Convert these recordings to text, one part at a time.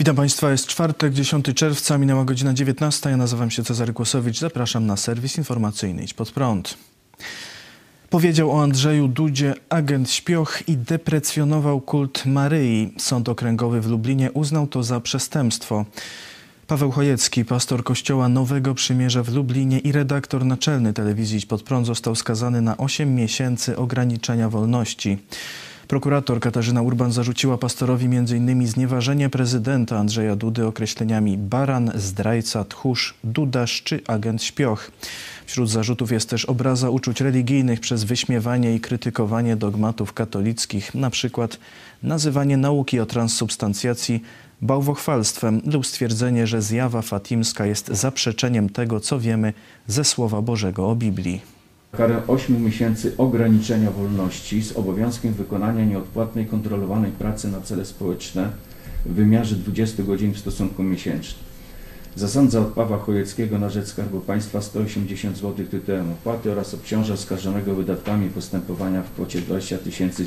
Witam Państwa, jest czwartek, 10 czerwca, minęła godzina 19. Ja nazywam się Cezary Kłosowicz, zapraszam na serwis informacyjny Idź Pod Prąd. Powiedział o Andrzeju Dudzie agent Śpioch i deprecjonował kult Maryi. Sąd Okręgowy w Lublinie uznał to za przestępstwo. Paweł Chojecki, pastor Kościoła Nowego Przymierza w Lublinie i redaktor naczelny telewizji Idź Pod Prąd, został skazany na 8 miesięcy ograniczenia wolności. Prokurator Katarzyna Urban zarzuciła pastorowi m.in. znieważenie prezydenta Andrzeja Dudy określeniami baran, zdrajca, tchórz, dudasz czy agent Śpioch. Wśród zarzutów jest też obraza uczuć religijnych przez wyśmiewanie i krytykowanie dogmatów katolickich, na przykład nazywanie nauki o transsubstancjacji bałwochwalstwem lub stwierdzenie, że zjawa fatimska jest zaprzeczeniem tego, co wiemy ze Słowa Bożego o Biblii. Karę 8 miesięcy ograniczenia wolności z obowiązkiem wykonania nieodpłatnej kontrolowanej pracy na cele społeczne w wymiarze 20 godzin w stosunku miesięcznym. Zasądza od Pawła Chojeckiego na rzecz Skarbu Państwa 180 zł tytułem opłaty oraz obciąża oskarżonego wydatkami postępowania w kwocie 20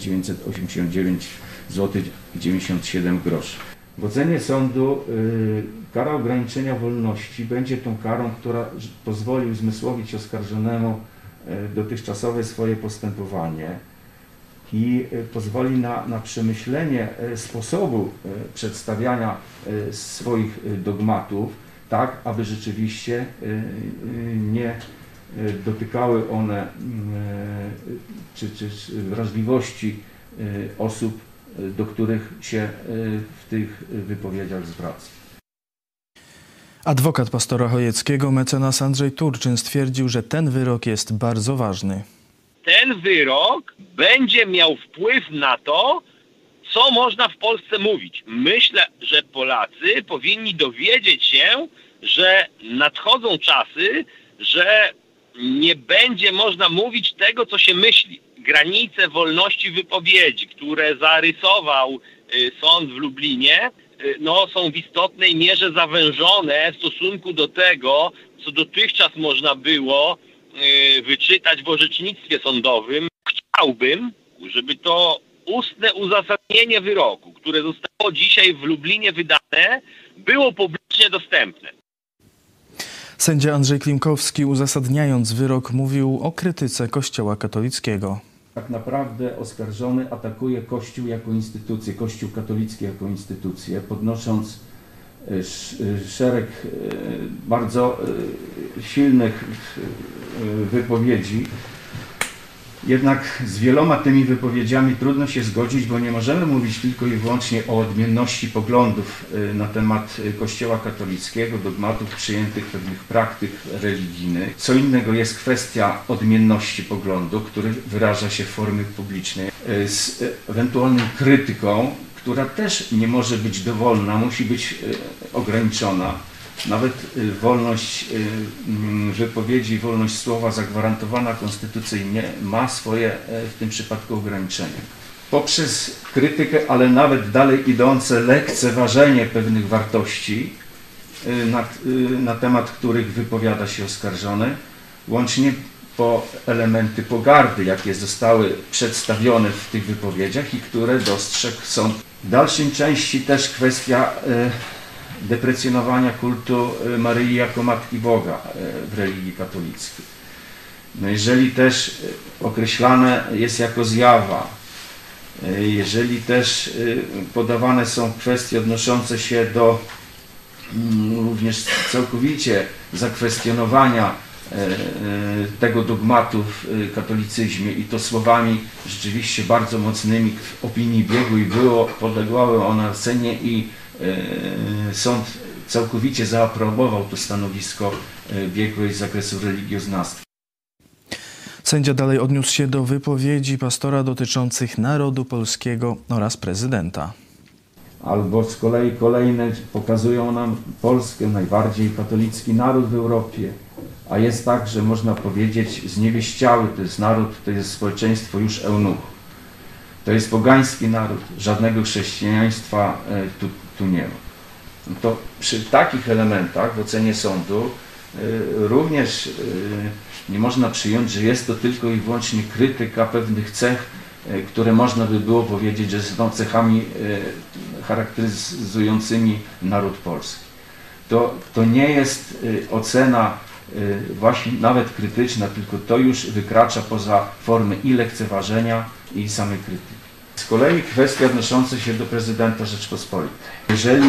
989 zł 97 groszy. W ocenie sądu kara ograniczenia wolności będzie tą karą, która pozwoli uzmysłowić oskarżonemu dotychczasowe swoje postępowanie i pozwoli na przemyślenie sposobu przedstawiania swoich dogmatów, tak aby rzeczywiście nie dotykały one czy wrażliwości osób, do których się w tych wypowiedziach zwraca. Adwokat pastora Chojeckiego, mecenas Andrzej Turczyn, stwierdził, że ten wyrok jest bardzo ważny. Ten wyrok będzie miał wpływ na to, co można w Polsce mówić. Myślę, że Polacy powinni dowiedzieć się, że nadchodzą czasy, że nie będzie można mówić tego, co się myśli. Granice wolności wypowiedzi, które zarysował sąd w Lublinie, są w istotnej mierze zawężone w stosunku do tego, co dotychczas można było wyczytać w orzecznictwie sądowym. Chciałbym, żeby to ustne uzasadnienie wyroku, które zostało dzisiaj w Lublinie wydane, było publicznie dostępne. Sędzia Andrzej Klimkowski, uzasadniając wyrok, mówił o krytyce Kościoła katolickiego. Tak naprawdę oskarżony atakuje Kościół jako instytucję, Kościół katolicki jako instytucję, podnosząc szereg bardzo silnych wypowiedzi. Jednak z wieloma tymi wypowiedziami trudno się zgodzić, bo nie możemy mówić tylko i wyłącznie o odmienności poglądów na temat Kościoła katolickiego, dogmatów przyjętych, pewnych praktyk religijnych. Co innego jest kwestia odmienności poglądu, który wyraża się w formie publicznej, z ewentualną krytyką, która też nie może być dowolna, musi być ograniczona. Nawet wolność wypowiedzi, wolność słowa zagwarantowana konstytucyjnie ma swoje w tym przypadku ograniczenia. Poprzez krytykę, ale nawet dalej idące lekceważenie pewnych wartości, na temat których wypowiada się oskarżony, łącznie po elementy pogardy, jakie zostały przedstawione w tych wypowiedziach i które dostrzegł sąd. W dalszej części też kwestia deprecjonowania kultu Maryi jako Matki Boga w religii katolickiej. Jeżeli też określane jest jako zjawa, jeżeli też podawane są kwestie odnoszące się do również całkowicie zakwestionowania tego dogmatu w katolicyzmie i to słowami rzeczywiście bardzo mocnymi w opinii biegłej podlegały one ocenie i sąd całkowicie zaaprobował to stanowisko biegłej z zakresu religioznawstwa. Sędzia dalej odniósł się do wypowiedzi pastora dotyczących narodu polskiego oraz prezydenta. Albo z kolei kolejne pokazują nam Polskę, najbardziej katolicki naród w Europie, a jest tak, że można powiedzieć zniewieściały, to jest naród, to jest społeczeństwo już eunuchów. To jest pogański naród, żadnego chrześcijaństwa tu nie ma. No to przy takich elementach w ocenie sądu również nie można przyjąć, że jest to tylko i wyłącznie krytyka pewnych cech, które można by było powiedzieć, że są cechami charakteryzującymi naród polski. To nie jest ocena właśnie nawet krytyczna, tylko to już wykracza poza formy i lekceważenia, i samej krytyki. Z kolei kwestia odnosząca się do prezydenta Rzeczpospolitej. Jeżeli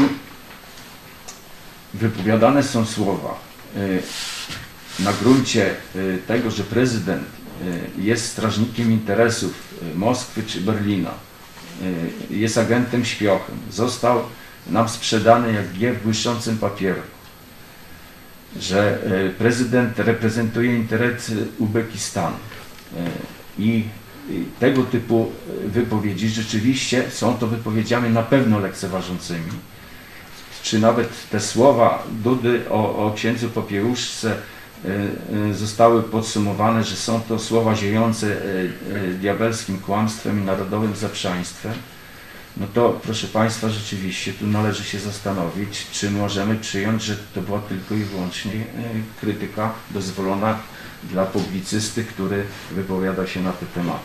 wypowiadane są słowa na gruncie tego, że prezydent jest strażnikiem interesów Moskwy czy Berlina, jest agentem śpiochem, został nam sprzedany jak giew błyszczącym papieru, że prezydent reprezentuje interesy Uzbekistanu i tego typu wypowiedzi rzeczywiście są to wypowiedziami na pewno lekceważącymi. Czy nawet te słowa Dudy o księdzu Popiełuszce zostały podsumowane, że są to słowa ziejące diabelskim kłamstwem i narodowym zaprzaństwem, no to proszę Państwa, rzeczywiście tu należy się zastanowić, czy możemy przyjąć, że to była tylko i wyłącznie krytyka dozwolona dla publicysty, który wypowiada się na te tematy.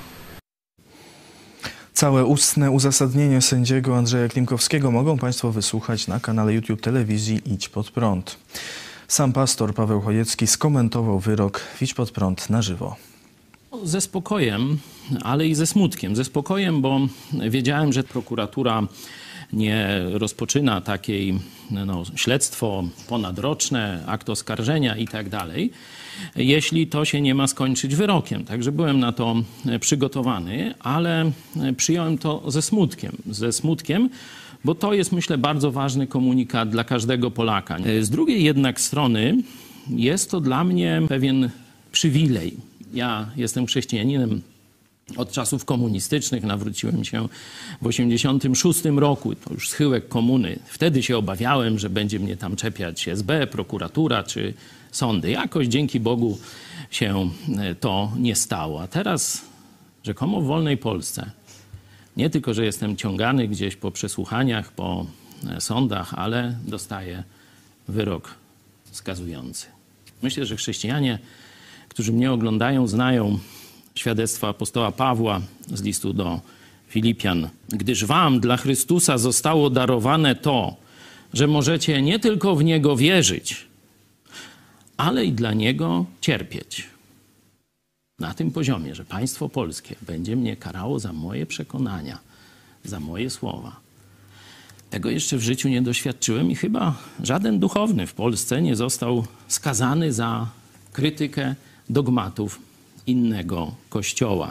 Całe ustne uzasadnienie sędziego Andrzeja Klimkowskiego mogą Państwo wysłuchać na kanale YouTube telewizji Idź Pod Prąd. Sam pastor Paweł Chojecki skomentował wyrok w Idź Pod Prąd na żywo. Ze spokojem, ale i ze smutkiem. Ze spokojem, bo wiedziałem, że prokuratura nie rozpoczyna takiej śledztwo ponadroczne, akt oskarżenia i tak dalej, jeśli to się nie ma skończyć wyrokiem. Także byłem na to przygotowany, ale przyjąłem to ze smutkiem, bo to jest, myślę, bardzo ważny komunikat dla każdego Polaka. Z drugiej jednak strony jest to dla mnie pewien przywilej. Ja jestem chrześcijaninem od czasów komunistycznych, nawróciłem się w 1986 roku, to już schyłek komuny. Wtedy się obawiałem, że będzie mnie tam czepiać SB, prokuratura czy sądy. Jakoś dzięki Bogu się to nie stało. A teraz rzekomo w wolnej Polsce nie tylko, że jestem ciągany gdzieś po przesłuchaniach, po sądach, ale dostaję wyrok skazujący. Myślę, że chrześcijanie, którzy mnie oglądają, znają świadectwo apostoła Pawła z listu do Filipian. Gdyż wam dla Chrystusa zostało darowane to, że możecie nie tylko w Niego wierzyć, ale i dla Niego cierpieć. Na tym poziomie, że państwo polskie będzie mnie karało za moje przekonania, za moje słowa. Tego jeszcze w życiu nie doświadczyłem i chyba żaden duchowny w Polsce nie został skazany za krytykę dogmatów innego kościoła.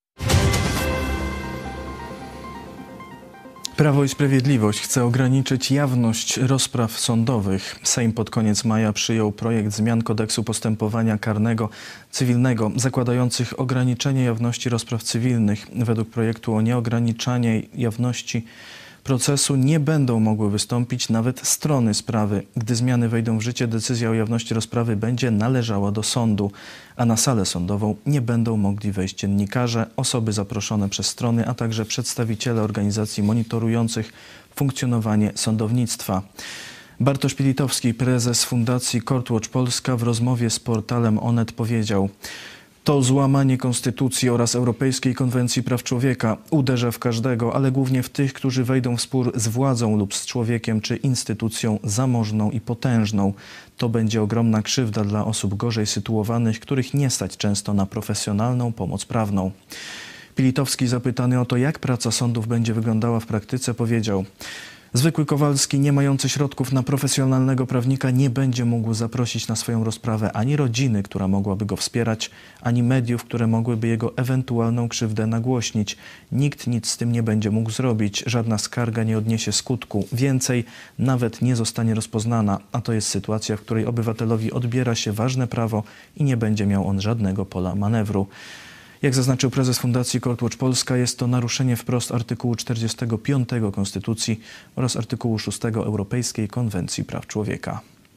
Prawo i Sprawiedliwość chce ograniczyć jawność rozpraw sądowych. Sejm pod koniec maja przyjął projekt zmian Kodeksu Postępowania Karnego Cywilnego zakładających ograniczenie jawności rozpraw cywilnych. Według projektu o nieograniczanie jawności procesu nie będą mogły wystąpić nawet strony sprawy. Gdy zmiany wejdą w życie, decyzja o jawności rozprawy będzie należała do sądu, a na salę sądową nie będą mogli wejść dziennikarze, osoby zaproszone przez strony, a także przedstawiciele organizacji monitorujących funkcjonowanie sądownictwa. Bartosz Pilitowski, prezes Fundacji Courtwatch Polska, w rozmowie z portalem Onet powiedział: to złamanie Konstytucji oraz Europejskiej Konwencji Praw Człowieka. Uderza w każdego, ale głównie w tych, którzy wejdą w spór z władzą lub z człowiekiem czy instytucją zamożną i potężną. To będzie ogromna krzywda dla osób gorzej sytuowanych, których nie stać często na profesjonalną pomoc prawną. Pilitowski, zapytany o to, jak praca sądów będzie wyglądała w praktyce, powiedział: zwykły Kowalski, nie mający środków na profesjonalnego prawnika, nie będzie mógł zaprosić na swoją rozprawę ani rodziny, która mogłaby go wspierać, ani mediów, które mogłyby jego ewentualną krzywdę nagłośnić. Nikt nic z tym nie będzie mógł zrobić, żadna skarga nie odniesie skutku. Więcej, nawet nie zostanie rozpoznana, a to jest sytuacja, w której obywatelowi odbiera się ważne prawo i nie będzie miał on żadnego pola manewru. Jak zaznaczył prezes Fundacji Courtwatch Polska, jest to naruszenie wprost artykułu 45 Konstytucji oraz artykułu 6 Europejskiej Konwencji Praw Człowieka.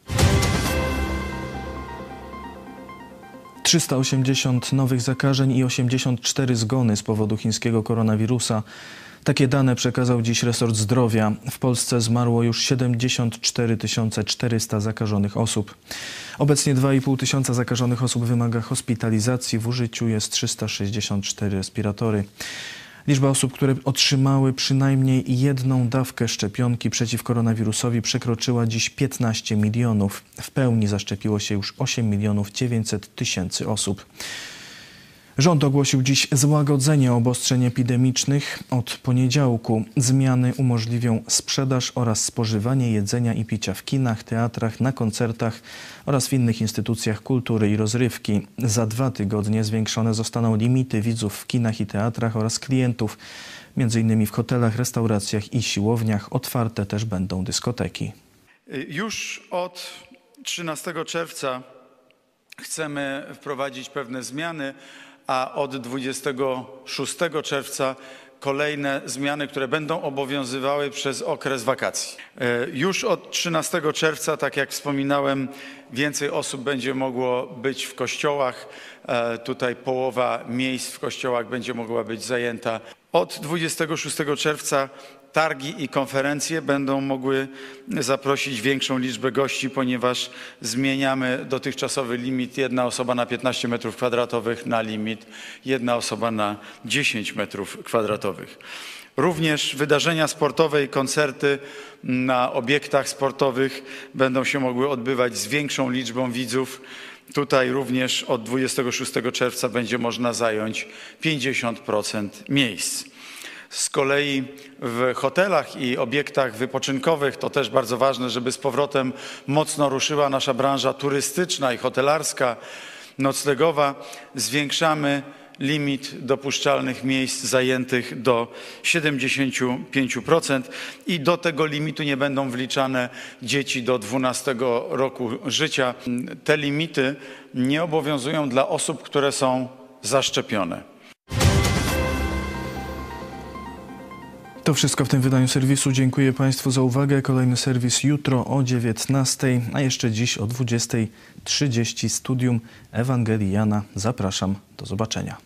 380 nowych zakażeń i 84 zgony z powodu chińskiego koronawirusa. Takie dane przekazał dziś resort zdrowia. W Polsce zmarło już 74 400 zakażonych osób. Obecnie 2,5 tysiąca zakażonych osób wymaga hospitalizacji. W użyciu jest 364 respiratory. Liczba osób, które otrzymały przynajmniej jedną dawkę szczepionki przeciw koronawirusowi przekroczyła dziś 15 milionów. W pełni zaszczepiło się już 8 900 000 osób. Rząd ogłosił dziś złagodzenie obostrzeń epidemicznych. Od poniedziałku zmiany umożliwią sprzedaż oraz spożywanie jedzenia i picia w kinach, teatrach, na koncertach oraz w innych instytucjach kultury i rozrywki. Za 2 tygodnie zwiększone zostaną limity widzów w kinach i teatrach oraz klientów. M.in. w hotelach, restauracjach i siłowniach otwarte też będą dyskoteki. Już od 13 czerwca chcemy wprowadzić pewne zmiany, a od 26 czerwca kolejne zmiany, które będą obowiązywały przez okres wakacji. Już od 13 czerwca, tak jak wspominałem, więcej osób będzie mogło być w kościołach. Tutaj połowa miejsc w kościołach będzie mogła być zajęta. Od 26 czerwca targi i konferencje będą mogły zaprosić większą liczbę gości, ponieważ zmieniamy dotychczasowy limit 1 osoba na 15 m2 na limit 1 osoba na 10 m2. Również wydarzenia sportowe i koncerty na obiektach sportowych będą się mogły odbywać z większą liczbą widzów. Tutaj również od 26 czerwca będzie można zająć 50% miejsc. Z kolei w hotelach i obiektach wypoczynkowych to też bardzo ważne, żeby z powrotem mocno ruszyła nasza branża turystyczna i hotelarska, noclegowa. Zwiększamy limit dopuszczalnych miejsc zajętych do 75% i do tego limitu nie będą wliczane dzieci do 12 roku życia. Te limity nie obowiązują dla osób, które są zaszczepione. To wszystko w tym wydaniu serwisu. Dziękuję Państwu za uwagę. Kolejny serwis jutro o 19:00, a jeszcze dziś o 20:30 Studium Ewangelii Jana. Zapraszam. Do zobaczenia.